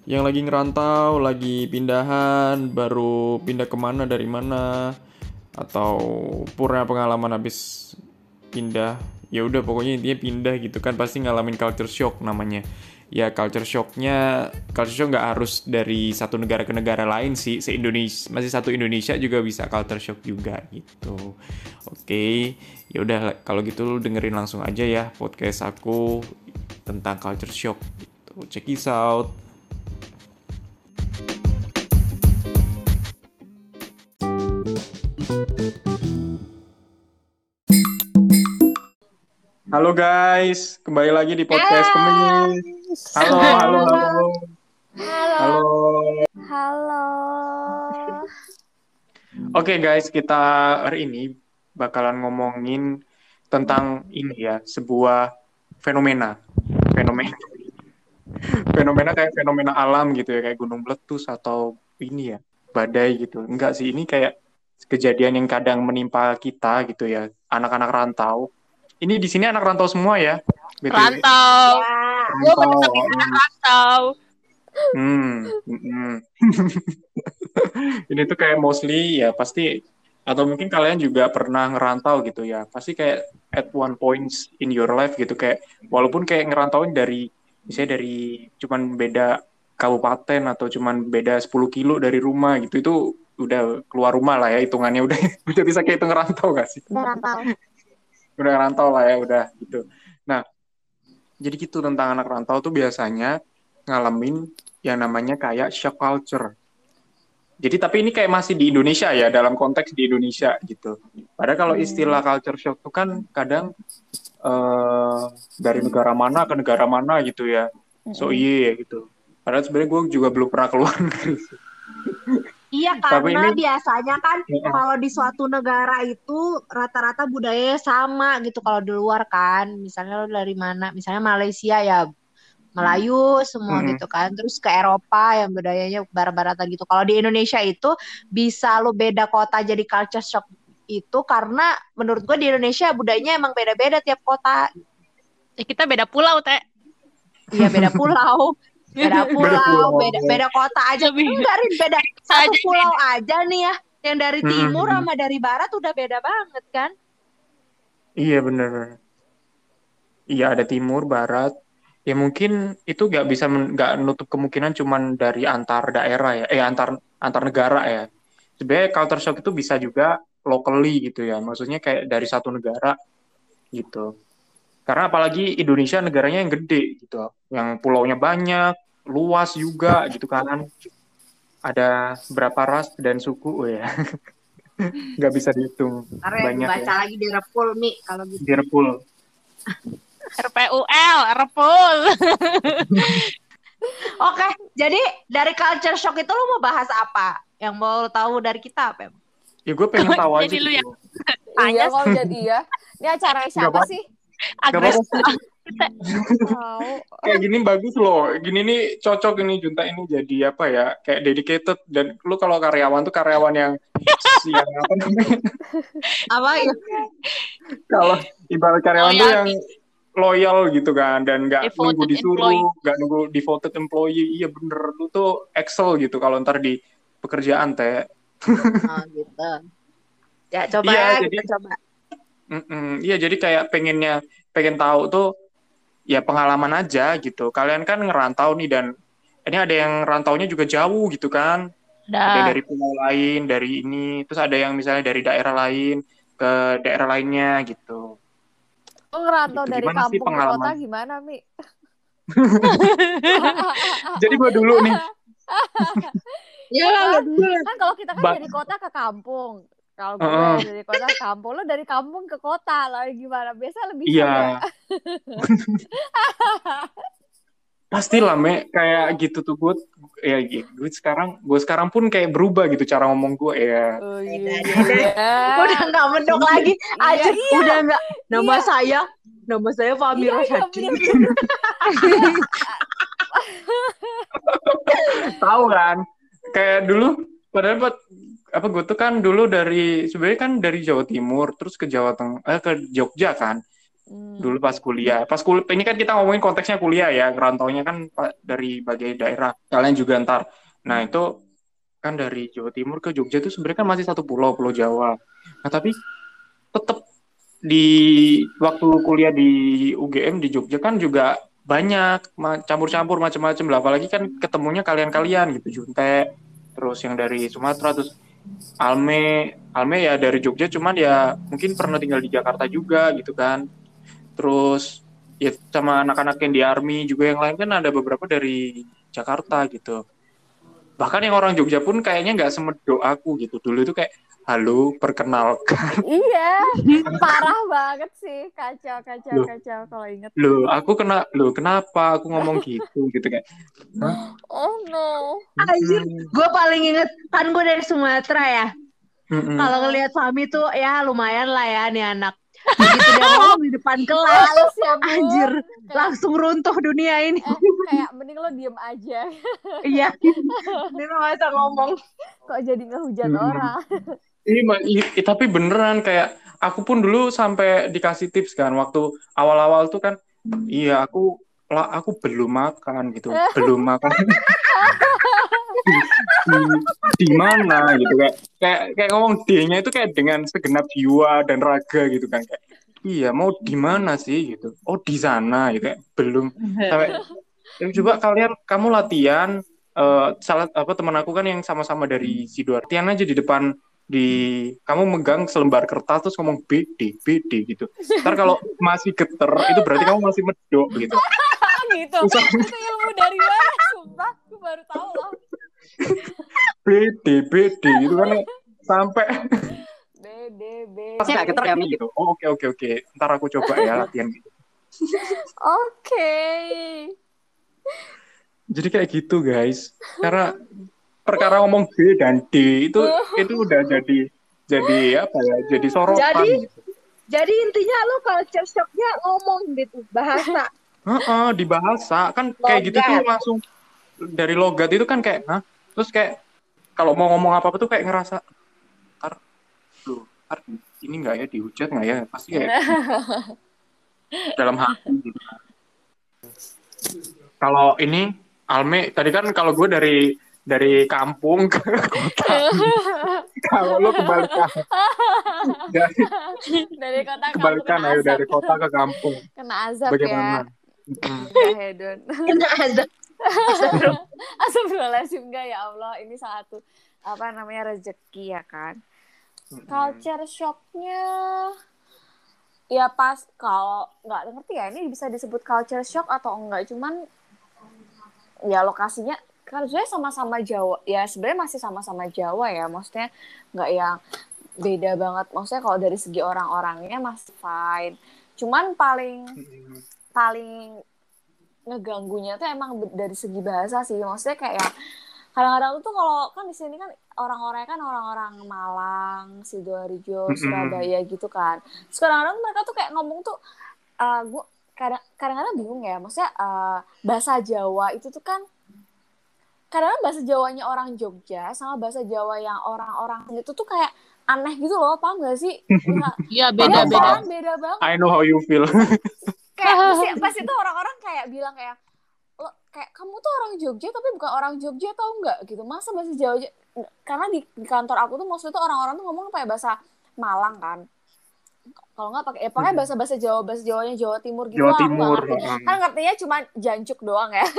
yang lagi ngerantau, lagi pindahan, baru pindah kemana dari mana, atau purna pengalaman habis pindah, ya udah pokoknya intinya pindah gitu kan, pasti ngalamin culture shock namanya. Ya culture shock nggak harus dari satu negara ke negara lain sih, se-Indonesia masih satu Indonesia juga bisa culture shock juga gitu. Oke, ya udah kalau gitu lu dengerin langsung aja ya podcast aku tentang culture shock gitu. Check this out. Halo guys, kembali lagi di podcast Kemenyi. Halo, halo, halo, Halo, halo. halo. Oke guys, kita hari ini bakalan ngomongin tentang ini ya, sebuah fenomena. Fenomena, fenomena kayak fenomena alam gitu ya, kayak gunung meletus atau ini ya, badai gitu. Enggak sih, ini kayak kejadian yang kadang menimpa kita gitu ya, anak-anak rantau. Ini di sini anak rantau semua ya, BTW. Rantau. Ya, Gue Rantau. bener-bener anak rantau. Hmm. Ini tuh kayak mostly ya pasti, atau mungkin kalian juga pernah ngerantau gitu ya. Pasti kayak at one points in your life gitu, kayak walaupun kayak ngerantauin dari misalnya dari cuman beda kabupaten atau cuman beda 10 kilo dari rumah gitu, itu udah keluar rumah lah ya hitungannya, udah udah bisa kayak itu ngerantau gak sih? udah rantau. Udah ngerantau lah ya, udah gitu. Nah, jadi gitu tentang anak rantau tuh biasanya ngalamin yang namanya kayak shock culture. Jadi tapi ini kayak masih di Indonesia ya, dalam konteks di Indonesia gitu. Padahal kalau istilah culture shock itu kan kadang eh, dari negara mana ke negara mana gitu ya. So iya gitu. Padahal sebenarnya gue juga belum pernah keluar negeri. Iya, Tapi karena ini biasanya kan kalau di suatu negara itu rata-rata budayanya sama gitu. Kalau di luar kan, misalnya lo dari mana, misalnya Malaysia ya Melayu semua mm-mm. gitu kan. Terus ke Eropa yang budayanya barat-baratan gitu. Kalau di Indonesia itu bisa lo beda kota jadi culture shock itu karena menurut gue di Indonesia budayanya emang beda-beda tiap kota. Ya, kita beda pulau, Teh. Iya beda pulau. Beda Beda pulau, pulau. beda kota aja. Lebih Enggak, Rin, beda satu aja. pulau aja nih ya. Yang dari timur Mm-mm. sama dari barat udah beda banget kan? Iya bener. Iya ada timur, barat. Ya mungkin itu nggak nutup kemungkinan cuman dari antar daerah ya, antar antar negara ya. Sebenarnya culture shock itu bisa juga locally gitu ya. Maksudnya kayak dari satu negara gitu. Karena apalagi Indonesia negaranya yang gede gitu, yang pulaunya banyak, luas juga gitu kan. Ada berapa ras dan suku, oh ya, nggak bisa dihitung, Ntar yang banyak ya. dibaca lagi di Repul Mi kalau gitu. Direpul. RPUL, Repul. Oke, jadi dari culture shock itu lo mau bahas apa? Yang mau lo tahu dari kita apa? Emang? Ya gue pengen tahu aja Jadi lu gitu. yang tanya Iya, kalau jadi iya. Ini acara Nggak siapa apa- sih? nggak apa-apa agresif. sih. Tahu. Kayak gini bagus loh. Gini nih cocok ini Junta ini jadi apa ya? Kayak dedicated, dan lu kalau karyawan tuh karyawan yang apa namanya? Apa ya? Kalau ibarat karyawan tuh yang loyal gitu kan, dan nggak nunggu Devoted disuruh, employee. nggak nunggu devoted employee. Iya bener, lu tuh excel gitu kalau ntar di pekerjaan teh. Oh gitu. Ya coba Iya, ya, jadi kita coba. iya jadi kayak pengen tahu tuh ya pengalaman aja gitu. Kalian kan ngerantau nih, dan ini ada yang rantaunya juga jauh gitu kan. Ada yang dari pulau lain, dari ini, terus ada yang misalnya dari daerah lain ke daerah lainnya gitu. Lu ngerantau Gitu. dari Gimana sih kampung ke kota pengalaman? gimana, Mi? Jadi gue dulu nih, Ya lo dulu. Kan kalau kita kan Ba- dari kota ke kampung. Kalau gue Heeh. dari kota ke kampung, lu dari kampung ke kota lah gimana? Biasa lebih Iya, seru ya. pastilah Me, kayak gitu tuh gue. Ya, gue sekarang pun kayak berubah gitu cara ngomong gue ya. Oh Beda, iya. beda. Udah nggak mendok lagi. Aja Iya. udah nggak. Nama saya Fahmi Iya, Rosyadi. bener-bener. Tahu kan? Kayak dulu, padahal apa gue tuh kan dulu sebenarnya kan dari Jawa Timur terus ke Jawa Tengah, ke Jogja kan. dulu pas kuliah. Ini kan kita ngomongin konteksnya kuliah ya, ngerantaunya kan dari berbagai daerah. Kalian juga ntar. Nah, itu kan dari Jawa Timur ke Jogja itu sebenarnya kan masih satu pulau, Pulau Jawa. Nah, tapi tetap di waktu kuliah di UGM di Jogja kan juga banyak campur-campur macam-macam lah. Apalagi kan ketemunya kalian-kalian gitu, Junte, terus yang dari Sumatera, terus Alme ya dari Jogja, cuman ya mungkin pernah tinggal di Jakarta juga gitu kan. Terus ya sama anak-anak yang di Army juga yang lain kan ada beberapa dari Jakarta gitu. Bahkan yang orang Jogja pun kayaknya nggak semedok aku gitu. Dulu itu kayak, halo, perkenalkan. Iya, parah banget sih. Kacau Loh. kalau inget. Kenapa aku ngomong gitu kayak. Hah? Oh no. Anjir, gue paling inget kan gue dari Sumatera ya. Kalau ngelihat Fahmi tuh ya lumayan lah ya nih anak. Begitu dia ngomong di depan kelas, Males ya, Bun. anjir, Kayak- langsung runtuh dunia ini. Kayak mending lo diem aja. Iya, dia nggak usah ngomong. Kok jadi ngehujat orang? Tapi beneran kayak aku pun dulu sampai dikasih tips kan waktu awal-awal tuh kan, iya aku belum makan gitu, belum makan di mana gitu kayak ngomong D-nya itu kayak dengan segenap jiwa dan raga gitu kan kayak iya mau di mana sih gitu, oh di sana gitu kayak belum sampai coba kamu latihan salah teman aku kan yang sama-sama dari Sidoarjo, latihan aja di depan kamu megang selembar kertas terus ngomong BD gitu. Ntar kalau masih geter itu berarti kamu masih medok gitu. Gitu. Itu ilmu dari mana? Sumpah, gue baru tahu loh. BD gitu kan sampai BD. pasti nggak geter ya gitu. Oh, oke. Ntar aku coba ya latihan gitu. Oke. Jadi kayak gitu guys. Karena perkara ngomong B dan D itu udah jadi apa ya? Jadi sorotan gitu. Jadi intinya lo culture shock-nya ngomong gitu, bahasa. Di bahasa kan kayak gitu tuh langsung dari logat itu kan kayak, terus kayak kalau mau ngomong apa tuh kayak ngerasa, ntar ini nggak ya dihujat nggak ya? Pasti kayak dalam hati gitu. Kalau ini Alme tadi kan kalau gue dari kampung ke kota. Kalau lo kebalikan. Dari kota kebalikan ayo dari kota ke kampung. Kena azab bagaimana? Ya. Hedon. Kena azab. Astagfirullahaladzim, enggak ya Allah, ini salah satu apa namanya rezeki ya kan. Culture shocknya ya pas kalau nggak ngerti ya ini bisa disebut culture shock atau enggak, cuman ya lokasinya karena sama-sama Jawa ya, sebenarnya masih sama-sama Jawa ya, maksudnya nggak yang beda banget, maksudnya kalau dari segi orang-orangnya masih fine, cuman paling ngeganggunya tuh emang dari segi bahasa sih, maksudnya kayak kadang-kadang tuh kalau kan di sini kan orang-orangnya kan orang-orang Malang, Sidoarjo, Surabaya gitu kan. Terus kadang-kadang mereka tuh kayak ngomong tuh gue kadang-kadang bingung ya, maksudnya bahasa Jawa itu tuh kan kadang-kadang bahasa Jawanya orang Jogja sama bahasa Jawa yang orang-orang itu tuh kayak aneh gitu loh, paham gak sih? Iya, beda banget. I know how you feel. Kayak pasti tuh orang-orang kayak bilang kayak lo kayak kamu tuh orang Jogja tapi bukan orang Jogja tau nggak gitu, masa bahasa Jawa, karena di kantor aku tuh maksudnya tuh orang-orang tuh ngomong kayak bahasa Malang kan, kalau nggak pakai pakai bahasa Jawanya Jawa Timur gitu. Jawa Timur kan ngertinya cuma jancuk doang ya.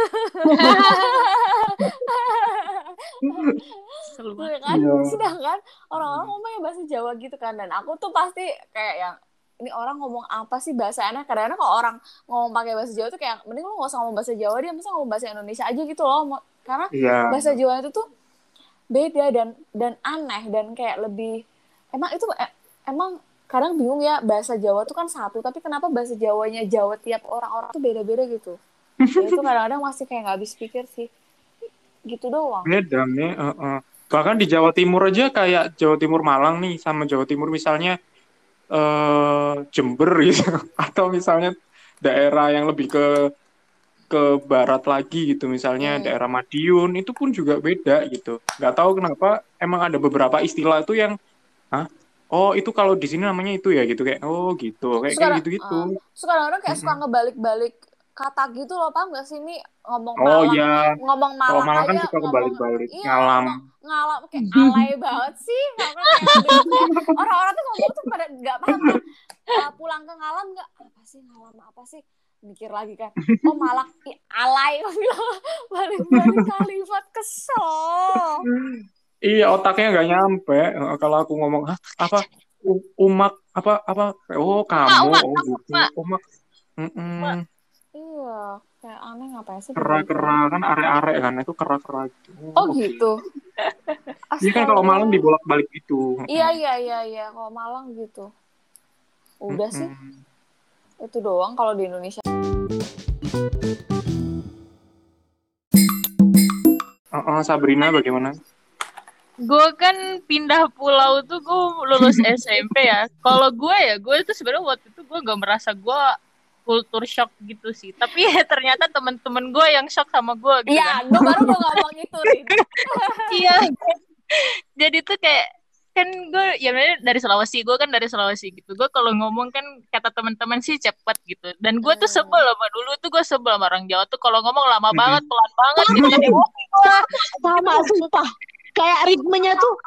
Kan sedangkan orang-orang ngomongnya bahasa Jawa gitu kan, dan aku tuh pasti kayak yang ini orang ngomong apa sih bahasa aneh. Kadang-kadang kalau orang ngomong pakai bahasa Jawa tuh kayak mending lu nggak usah ngomong bahasa Jawa, dia masa ngomong bahasa Indonesia aja gitu loh, karena bahasa Jawa itu tuh beda dan aneh dan kayak lebih emang kadang bingung ya, bahasa Jawa tuh kan satu tapi kenapa bahasa Jawanya Jawa tiap orang-orang tuh beda-beda gitu. Ya itu kadang-kadang masih kayak nggak habis pikir sih gitu doang. Beda nih. Bahkan di Jawa Timur aja kayak Jawa Timur Malang nih sama Jawa Timur misalnya Jember gitu atau misalnya daerah yang lebih ke barat lagi gitu, misalnya daerah Madiun itu pun juga beda gitu. Nggak tahu kenapa emang ada beberapa istilah itu yang oh itu kalau di sini namanya itu ya gitu kayak oh gitu kayak gitu-gitu. Terus kadang-kadang kayak suka Mm-mm. ngebalik-balik kata gitu loh, paham gak sih? Ini Oh iya, ngomong kalau Malang Malang kan aja, suka kebalik-balik, ngalam. ngomong ngalam kayak alay banget sih. Karena kayak dengernya orang-orang tuh ngomong tuh pada nggak paham kan. Pulang ke ngalam nggak apa sih, ngalam apa sih? Mikir lagi kan, oh Malang, alay. Balik-balik kalimat, kesel. Iya otaknya nggak nyampe. Kalau aku ngomong apa umak apa oh kamu Umak, oh kamu, gitu Mak. umak. Umak. Iya, kayak aneh, ngapain sih Kera-kera dibalik-balik? kan are-are kan itu kera-kera gitu. Oh Oke. gitu. Ini kan kalau Malang Astaga. dibolak-balik gitu. Iya. Kalau Malang gitu. Udah sih, itu doang kalau di Indonesia. Sabrina bagaimana? Gue kan pindah pulau tuh gue lulus SMP ya. Kalau gue tuh sebenarnya waktu itu gue gak merasa gue culture shock gitu sih. Tapi ya ternyata teman-teman gue yang shock sama gue gitu Iya, kan. gue baru mau ngomong itu, Rin. Iya. Jadi tuh kayak kan gue ya dari Sulawesi, gue kan dari Sulawesi gitu. Gue kalau ngomong kan kata teman-teman sih cepet gitu. Dan gue tuh sebel sama dulu tuh gue sebel sama orang Jawa tuh kalau ngomong lama banget, pelan banget gitu kan. Sama, sumpah. Kayak ritmenya tuh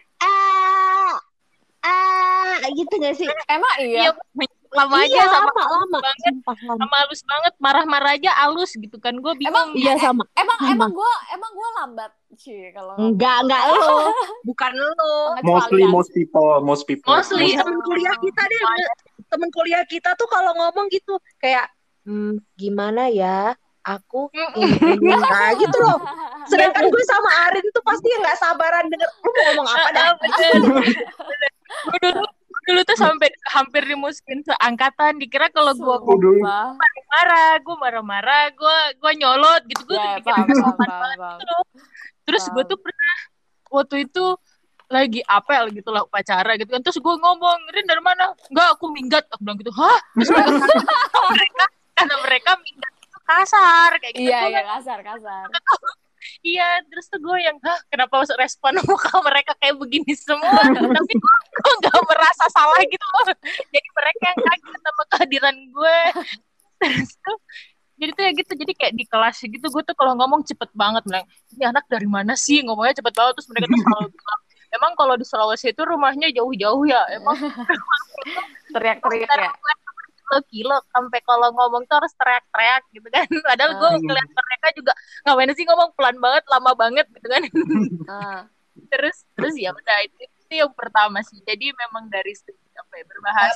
gitu gak sih? Emang iya? Iya, lama aja sama lama banget, sumpah, lama. sama halus banget, marah-marah aja halus gitu kan. Gue bingung. Iya sama. Emang gue lambat sih kalau Enggak lo. Bukan lo. Most people. Mostly. Temen kuliah kita deh, temen kuliah kita tuh kalau ngomong gitu kayak gimana ya, aku ini nah gitu loh. Sedangkan gue sama Arin tuh pasti nggak sabaran denger lu mau ngomong apa dah. Gue dulu tuh sampai hampir dimusuhin seangkatan, dikira kalau gue marah-marah, gue nyolot gitu, gue Ya, pikir sopan banget gitu loh. Terus gue tuh pernah waktu itu lagi apel gitu lah, upacara gitu kan, terus gue ngomong, Rin dari mana? Enggak, aku minggat. Aku bilang gitu, hah? Terus karena mereka minggat itu kasar kayak gitu. Iya, kasar. Iya, terus tuh gue yang, kenapa respon muka mereka kayak begini semua? Tapi gue gak merasa salah gitu loh. Jadi mereka yang kaget sama kehadiran gue. Terus tuh, jadi tuh ya gitu, jadi kayak di kelas gitu, gue tuh kalau ngomong cepet banget, bilang, ini anak dari mana sih? Ngomongnya cepet banget, terus mereka tuh selalu bilang, emang kalau di Sulawesi itu rumahnya jauh-jauh ya? Emang teriak-teriak ya? kilo sampai kalau ngomong tuh harus teriak-teriak gitu kan. Padahal gue ngeliat mereka juga ngapain sih ngomong pelan banget, lama banget gitu kan. Terus ya udah itu yang pertama sih. Jadi memang dari segi berbahasa.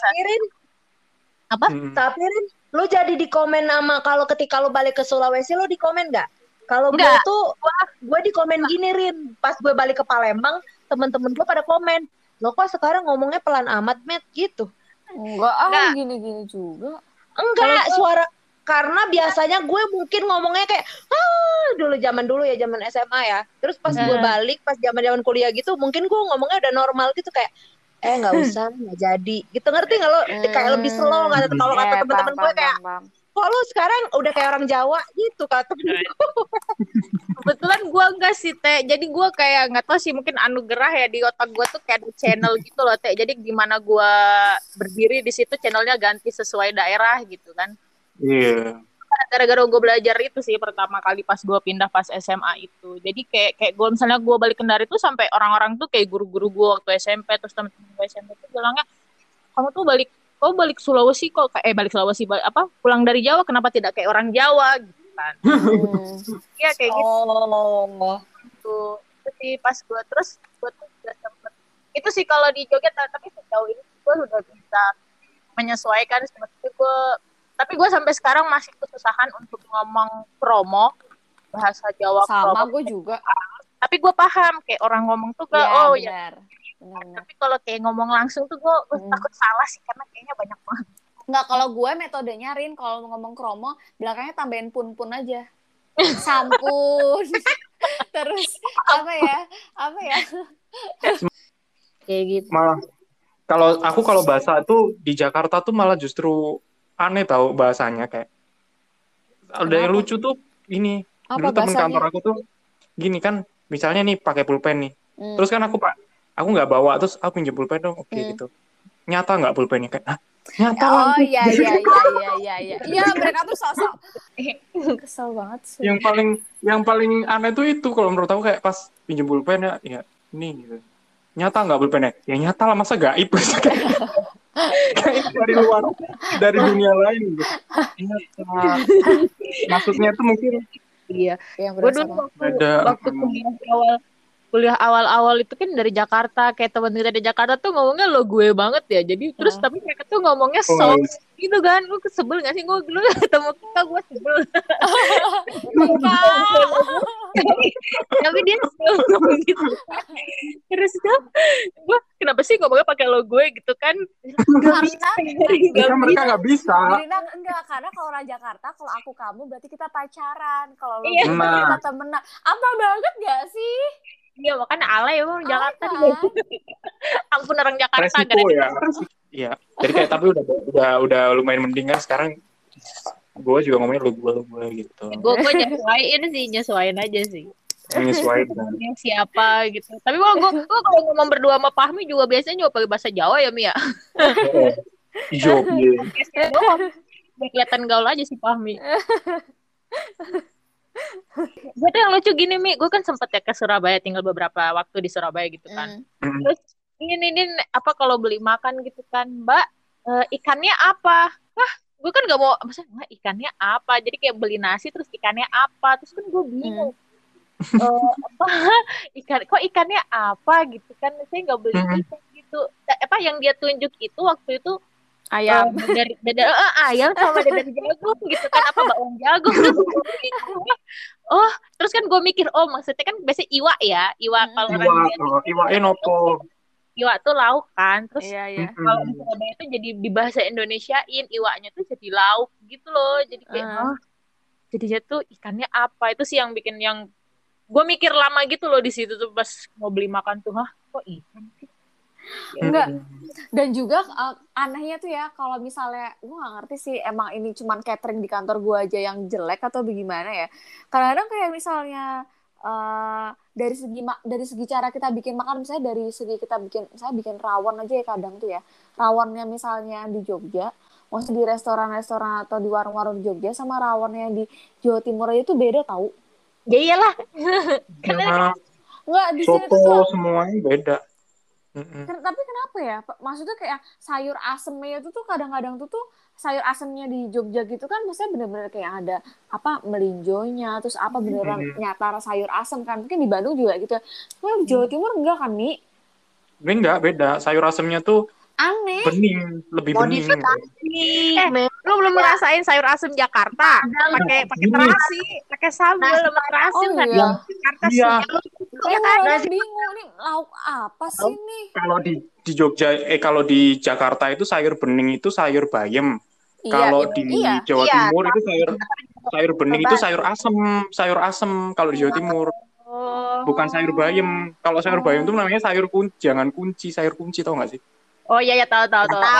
Tapi Rin, lu jadi di komen sama kalau ketika lu balik ke Sulawesi lu di komen nggak? Kalau gue tuh gue di komen gini Rin, pas gue balik ke Palembang temen-temen gue pada komen, lo kok sekarang ngomongnya pelan amat Met gitu. Enggak, gini-gini juga. Enggak, suara karena biasanya gue mungkin ngomongnya kayak zaman dulu ya, zaman SMA ya. Terus pas gue balik pas zaman kuliah gitu, mungkin gue ngomongnya udah normal gitu kayak nggak usah, nggak jadi. Gitu, ngerti nggak lo? Kayak lebih slow kata kalau kata teman-teman gue kayak kok lu sekarang udah kayak orang Jawa gitu kata temen gue. Kebetulan gue enggak sih Teh, jadi gue kayak nggak tahu sih, mungkin anugerah ya di otak gue tuh kayak ada channel gitu loh Teh. Jadi gimana gue berdiri di situ channelnya ganti sesuai daerah gitu kan. Iya. Gara-gara gue belajar itu sih pertama kali pas gue pindah pas SMA itu. Jadi kayak gue misalnya gue balik Kendari tuh sampai orang-orang tuh kayak guru-guru gue waktu SMP terus teman-teman gue SMP tuh bilangnya, kamu tuh balik Sulawesi kok balik Sulawesi pulang dari Jawa kenapa tidak kayak orang Jawa gitu kan. Iya kayak gitu. Itu sih pas gue tuh udah sempet itu sih kalau di Jogja, tapi sejauh ini gue udah bisa menyesuaikan seperti gue. Tapi gue sampai sekarang masih kesusahan untuk ngomong kromo, bahasa Jawa sama kromo. Sama gue juga. Tapi gue paham kayak orang ngomong tuh benar. Tapi kalau kayak ngomong langsung tuh gue takut salah sih karena kayaknya banyak banget. Enggak, kalau gue metodenya Rin, kalau ngomong kromo belakangnya tambahin pun aja. Sampun. Terus apa ya? Kayak gitu. Malah kalau bahasa tuh di Jakarta tuh malah justru aneh tahu bahasanya kayak. Ada yang lucu tuh ini. Dulu temen kantor aku tuh gini kan, misalnya nih pakai pulpen nih. Terus kan aku aku nggak bawa, terus aku pinjam pulpen dong, oke gitu. Nyata nggak pulpennya, kayak nyata lah. Oh iya. Iya, mereka tuh sosok kesel banget sih. Yang paling aneh tuh itu kalau menurut aku, kayak pas pinjam pulpen ya ini gitu. Nyata nggak pulpennya? Ya nyata lah, masa gaib? Kayak dari luar, dari dunia lain gitu. Nyata. Maksudnya tuh mungkin Iya. Yang Gue berasa dulu beda. waktu kuliah awal itu kan dari Jakarta, kayak teman kita di Jakarta tuh ngomongnya lo gue banget ya. Jadi terus tapi mereka tuh ngomongnya Oh, gitu kan. Lu sebel gak sih? Gue dulu ketemu kita gue sebel. Tapi dia selalu ngomong gitu. Terus tuh gue kenapa sih ngomongnya pakai lo gue gitu kan? Karena mereka nggak bisa. Irina enggak, karena kalau orang Jakarta, kalau aku kamu berarti kita pacaran. Kalau lo Iya. gue berarti kita temenan. Apa banget gak sih? Iya makanya alay emang Jakarta. Kan? Ampun orang Jakarta. Resiko ya. Iya. Jadi kayak tapi udah lumayan mending kan sekarang. Gue juga ngomongnya lo gue gitu. Gue nyesuaiin aja sih. Menyesuaikan. Yang siapa gitu. Tapi gue kalau ngomong berdua sama Fahmi juga biasanya juga pakai bahasa Jawa ya Mi ya. Iya. Biar kelihatan gaul aja sih Fahmi. Gue tuh yang lucu gini Mi, gue kan sempet ya ke Surabaya, tinggal beberapa waktu di Surabaya gitu kan. Terus ini apa kalau beli makan gitu kan, Mbak, ikannya apa? Wah, gue kan gak mau, maksudnya ikannya apa? Jadi kayak beli nasi terus ikannya apa? Terus kan gue bingung. Kok ikannya apa gitu kan? Saya nggak beli ikan gitu. Apa yang dia tunjuk itu waktu itu Ayam. Ayam sama dadar jagung gitu kan, apa bakwan jagung. Terus kan gue mikir, maksudnya kan biasa iwa ya, kalau Iwa nopo. Iwa tuh lauk kan, terus Iya. kalau di Surabaya itu jadi di bahasa Indonesiain iwanya tuh jadi lauk gitu loh, jadi kayak jadinya tuh ikannya apa, itu sih yang bikin yang gue mikir lama gitu loh di situ tuh pas mau beli makan tuh, kok ikan sih? Enggak. Dan juga anehnya tuh ya, kalau misalnya gue nggak ngerti sih emang ini cuman catering di kantor gue aja yang jelek atau bagaimana ya. Kadang-kadang kayak misalnya dari segi cara kita bikin makan, misalnya dari segi kita bikin rawon aja ya, kadang tuh ya rawonnya misalnya di Jogja, maksudnya di restoran-restoran atau di warung-warung di Jogja sama rawonnya di Jawa Timur aja tuh beda tau. Ya iyalah. Enggak, di sini soto tuh semuanya beda. Tapi kenapa ya? Maksudnya kayak sayur asemnya itu tuh kadang-kadang tuh sayur asemnya di Jogja gitu kan, maksudnya bener-bener kayak ada apa melinjonya, terus apa beneran nyata sayur asem kan. Mungkin di Bandung juga gitu. Tapi di Jawa Timur enggak kan, Mi? Enggak, beda. Sayur asemnya tuh aneh. Bening, lebih bening. Lu belum ngerasain sayur asem Jakarta? Pakai terasi, pakai sambal sama terasi kan? Jakarta sih. Ya kan, bingung nih lauk apa sih nih? Kalau di Jogja, kalau di Jakarta itu sayur bening itu sayur bayam. Kalau di Jawa Timur itu sayur bening itu sayur asem kalau di Jawa Timur. Bukan sayur bayam. Kalau sayur bayam itu namanya sayur kunci, sayur kunci, tau nggak sih? Oh iya ya, tahu.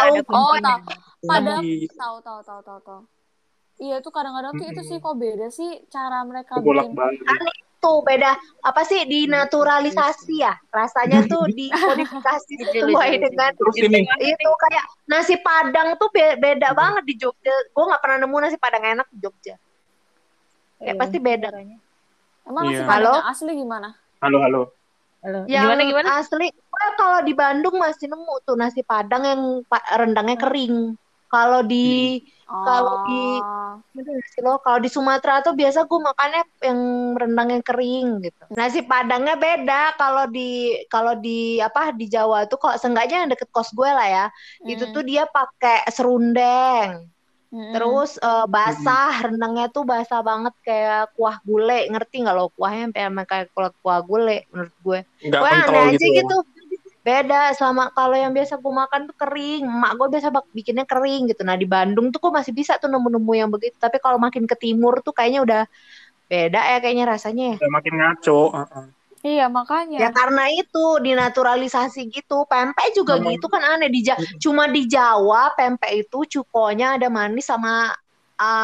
Tahu. Iya tuh kadang-kadang tuh itu sih kok beda sih cara mereka bikin. Tuh beda apa sih, dinaturalisasi ya, rasanya tuh dimodifikasi sesuai dengan itu. Kayak nasi Padang tuh beda banget di Jogja. Gue nggak pernah nemu nasi Padang enak di Jogja. Pasti beda. Emang nasi Padang yang asli gimana? Halo. Yang gimana? Asli, kalau di Bandung masih nemu tuh nasi Padang yang rendangnya kering. Kalau di Sumatera tuh biasa gue makannya yang rendangnya kering gitu. Nasi Padangnya beda. Kalau di Jawa tuh, kok seenggaknya yang deket kos gue lah ya, itu tuh dia pakai serundeng. Terus basah, rendangnya tuh basah banget kayak kuah gulai. Ngerti nggak lo kuahnya sampai kayak kuah gulai menurut gue. Gue aneh aja gitu. Beda sama kalau yang biasa gue makan tuh kering. Emak gue biasa bikinnya kering gitu. Nah di Bandung tuh gue masih bisa tuh nemu-nemu yang begitu. Tapi kalau makin ke timur tuh kayaknya udah beda ya kayaknya rasanya ya. Udah makin ngaco. Iya makanya. Ya karena itu dinaturalisasi gitu. Pempek juga gitu kan aneh. Cuma di Jawa pempek itu cukonya ada manis sama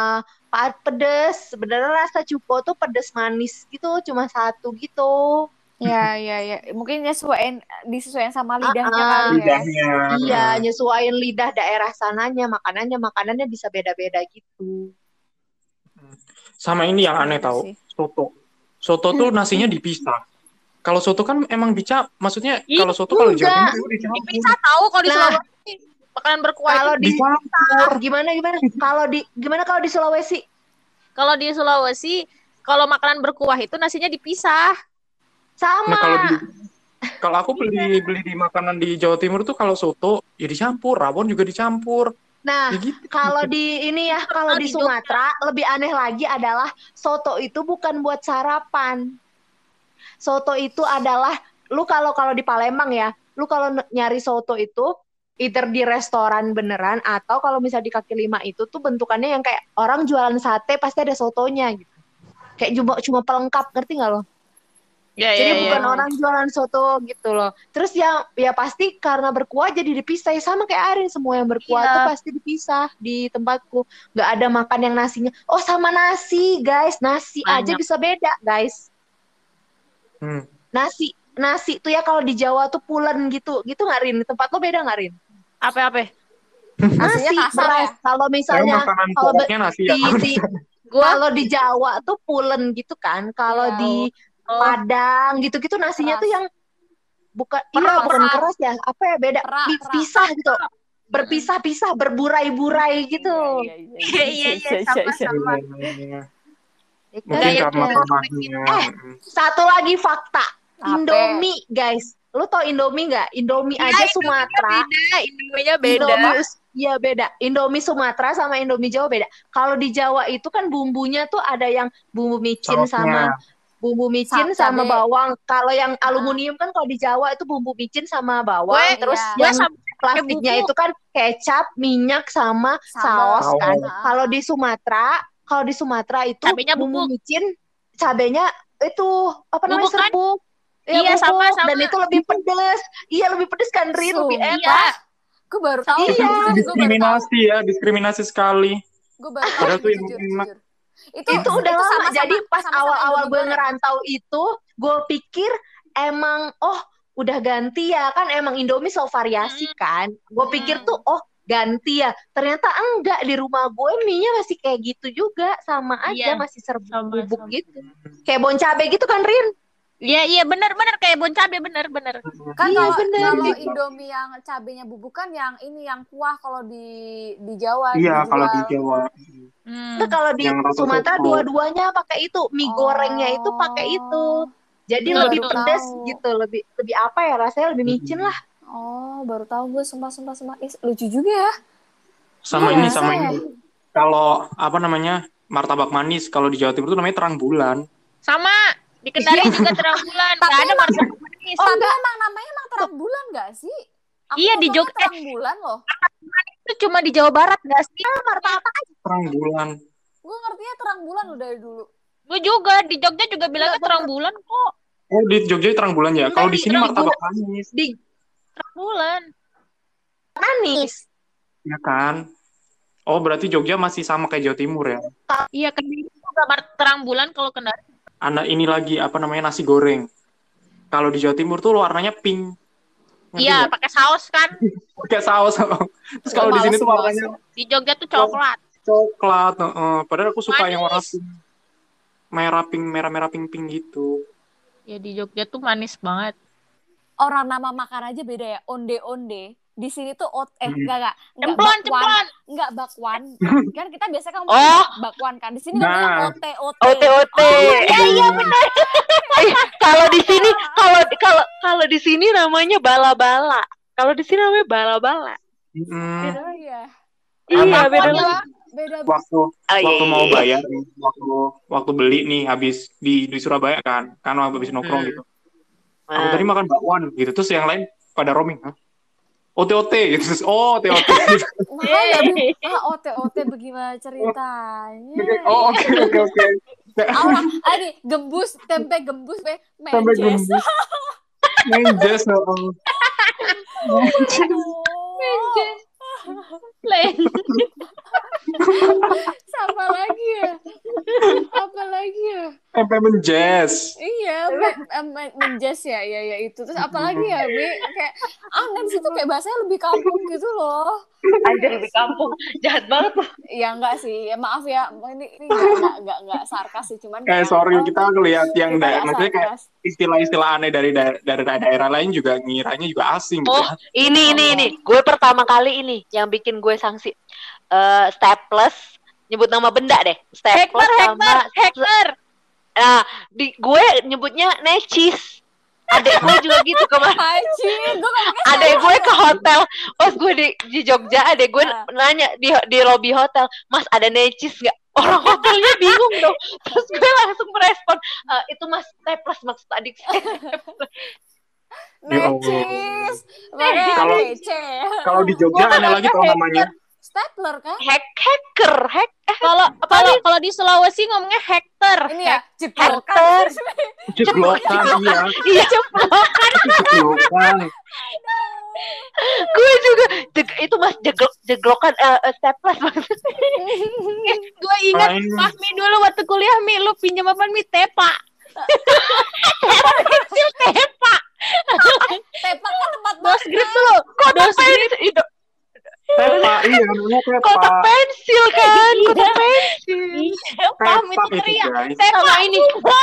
pedes. Sebenarnya rasa cuko tuh pedes manis gitu. Cuma satu gitu. Ya. Mungkin disesuaikan sama lidahnya kali ya. Lidahnya. Iya, nyesuaiin lidah daerah sananya, makanannya bisa beda-beda gitu. Sama ini yang aneh tahu, soto. Soto tuh nasinya dipisah. Kalau soto kan emang maksudnya kalau soto kalau di Jawa Timur dicampur. Dipisah tahu kalau di Sulawesi makanan berkuah Kalau itu dicampur gimana? Kalau di Sulawesi? Kalau di Sulawesi kalau makanan berkuah itu nasinya dipisah. Sama. Nah, kalau aku beli di makanan di Jawa Timur tuh kalau soto ya dicampur, rawon juga dicampur. Nah, ya gitu. kalau di Sumatera lebih aneh lagi adalah soto itu bukan buat sarapan. Soto itu adalah lu kalau di Palembang ya, lu kalau nyari soto itu either di restoran beneran atau kalau misalnya di kaki lima itu tuh bentukannya yang kayak orang jualan sate pasti ada sotonya gitu. Kayak cuma pelengkap, ngerti nggak lo? Jadi bukan orang jualan soto gitu loh. Terus ya pasti karena berkuah jadi dipisah. Sama kayak Arin, semua yang berkuah tuh pasti dipisah di tempatku. Nggak ada makan yang nasinya. Oh sama nasi guys, nasi aja bisa beda guys. Nasi tuh ya kalau di Jawa tuh pulen gitu nggak Rin? Tempat lo beda nggak Rin? Apa? Nasi beras. Kalau misalnya kalau di Jawa tuh pulen gitu kan. Kalau di Padang gitu-gitu nasinya keras. Tuh yang bukan keras ya. Apa ya beda? Pisah gitu. Berpisah-pisah, berburai-burai gitu. Iya, sama-sama. Mungkin karena satu lagi fakta. Indomie, guys. Lu tau Indomie nggak? Indomie aja Sumatera. Indominya beda. Iya beda. Indomie Sumatera sama Indomie Jawa beda. Kalau di Jawa itu kan bumbunya tuh ada yang bumbu micin sama bawang. Kalau yang aluminium kan kalau di Jawa itu bumbu micin sama bawang. Terus yang plastiknya itu kan kecap, minyak sama saus kan. Kalau di Sumatera itu cabenya bumbu micin, cabenya itu apa namanya serbuk. Iya sama. Dan itu lebih pedes. Iya lebih pedes kan Rin, lebih enak. Gue baru tahu. Diskriminasi sekali. Gue baru tahu. Padahal tuh yang enak. Itu udah lama. Jadi pas awal-awal gue ngerantau itu, gue pikir emang udah ganti ya kan, emang Indomie selalu variasi kan. Gue pikir tuh ganti ya. Ternyata enggak, di rumah gue mie-nya masih kayak gitu juga, sama aja masih serbuk bubuk gitu. Kayak bon cabe gitu kan Rin? Iya benar kayak bon cabe benar. Kan kalau Indomie yang cabenya bubuk kan yang ini yang kuah kalau di Jawa. Iya kalau di Jawa. Nah, kalau di Sumatera dua-duanya pakai itu, mie gorengnya itu pakai itu. Jadi lebih pedas gitu, lebih apa ya rasanya lebih micin lah. Oh, baru tahu gue sumpah. Lucu juga ya. Sama ini. Kalau apa namanya? Martabak manis kalau di Jawa Timur itu namanya terang bulan. Sama. Di Kendari juga terang bulan. Enggak ada martabak manis. Tapi emang terang bulan enggak sih? Iya di Jogja terang bulan loh. Itu cuma di Jawa Barat enggak sih? Martabak terang bulan. Gue ngertinya terang bulan loh dari dulu. Gue juga di Jogja juga bilangnya terang bulan kok. Oh di Jogja terang bulan ya. Kalau di sini martabak manis. Di terang bulan. Manis. Ya kan. Oh berarti Jogja masih sama kayak Jawa Timur ya? Iya Kendari juga terang bulan kalau Kendari. Ini lagi apa namanya nasi goreng. Kalau di Jawa Timur tuh warnanya pink. Iya, pakai saus kan? Pakai saus. Terus kalau di sini tuh warnanya di Jogja tuh coklat. Padahal aku suka yang warna pink. Merah pink gitu. Ya di Jogja tuh manis banget. Orang nama makan aja beda ya. Onde-onde. Di sini tuh enggak cemplon. Enggak bakwan. Kan kita biasa kan bakwan kan. Di sini namanya ote-ote. Ote-ote. Iya benar. Kalau di sini kalau di sini namanya bala-bala. Kalau di sini namanya bala-bala. Iya beda. Waktu mau bayar nih, waktu beli nih habis di Surabaya kan habis nongkrong gitu. Aku tadi makan bakwan gitu, terus yang lain pada roaming, OT gitu. OT. OT bagaimana ceritanya? Oh, oke. Ini gembus, tempe gembus, menjes. Menjes. Sama lagi ya. Apa lagi ya? MP menjazz. Iya, menjas ya, ya itu. Terus apalagi ya, Mi? Kayak aneh sih tuh, kayak bahasanya lebih kampung gitu loh. Anjir, lebih kampung. Jahat banget loh. Ya enggak sih, ya maaf ya, ini enggak sarkas sih, cuman Sorry, kita ngelihat yang maksudnya kayak sarkas. istilah-istilah aneh dari daerah lain juga ngiranya juga asing gitu. Oh, ini. Gue pertama kali ini yang bikin gue sanksi. Staples, nyebut nama benda deh. Staples sama Hacker. Nah, gue nyebutnya necis. Adek gue juga gitu kemarin. Adek gue ke hotel, pas gue di Jogja, adek gue nanya di lobi hotel, Mas ada necis nggak? Orang hotelnya bingung dong. Terus gue langsung merespon, itu Mas staples maksud adik saya. Necis. Kalau di Jogja aneh lagi tau namanya. Stapler kan? Hacker. Kalau di Sulawesi ngomongnya hektar. Ini ya, jeglokan. Jeglokan, iya. Iya, jeglokan. Gue juga itu Mas jeglokan staples maksudnya. Gue ingat pas Mi dulu waktu kuliah, Mi lu pinjam apa Mi? Tepa. Tepa. Tepa kan tempat Dos grip tuh. Dos grip. Tepa, iya namanya tepa. Kotak pensil kan, kotak pensil. Iya, paham itu teriak. Sama ini.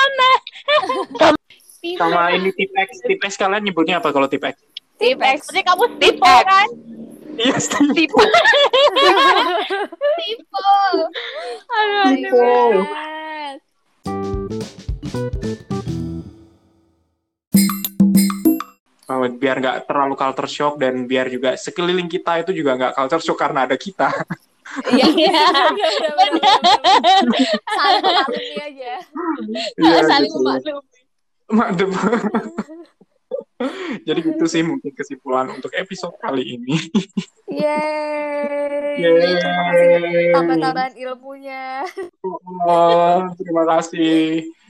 Sama ini tip X kalian nyebutnya apa kalau tip X? Tip X. Berarti kamu Tip tipe X. kan? Iya, Tipe. Tipe. Tipe. Biar nggak terlalu culture shock dan biar juga sekeliling kita itu juga nggak culture shock karena ada kita. Iya. Saling memaklumi aja. Saling gitu. memaklumi. Madem. Jadi gitu sih mungkin kesimpulan untuk episode kali ini. Yeay. Tambah-tambahan ilmunya. Terima kasih.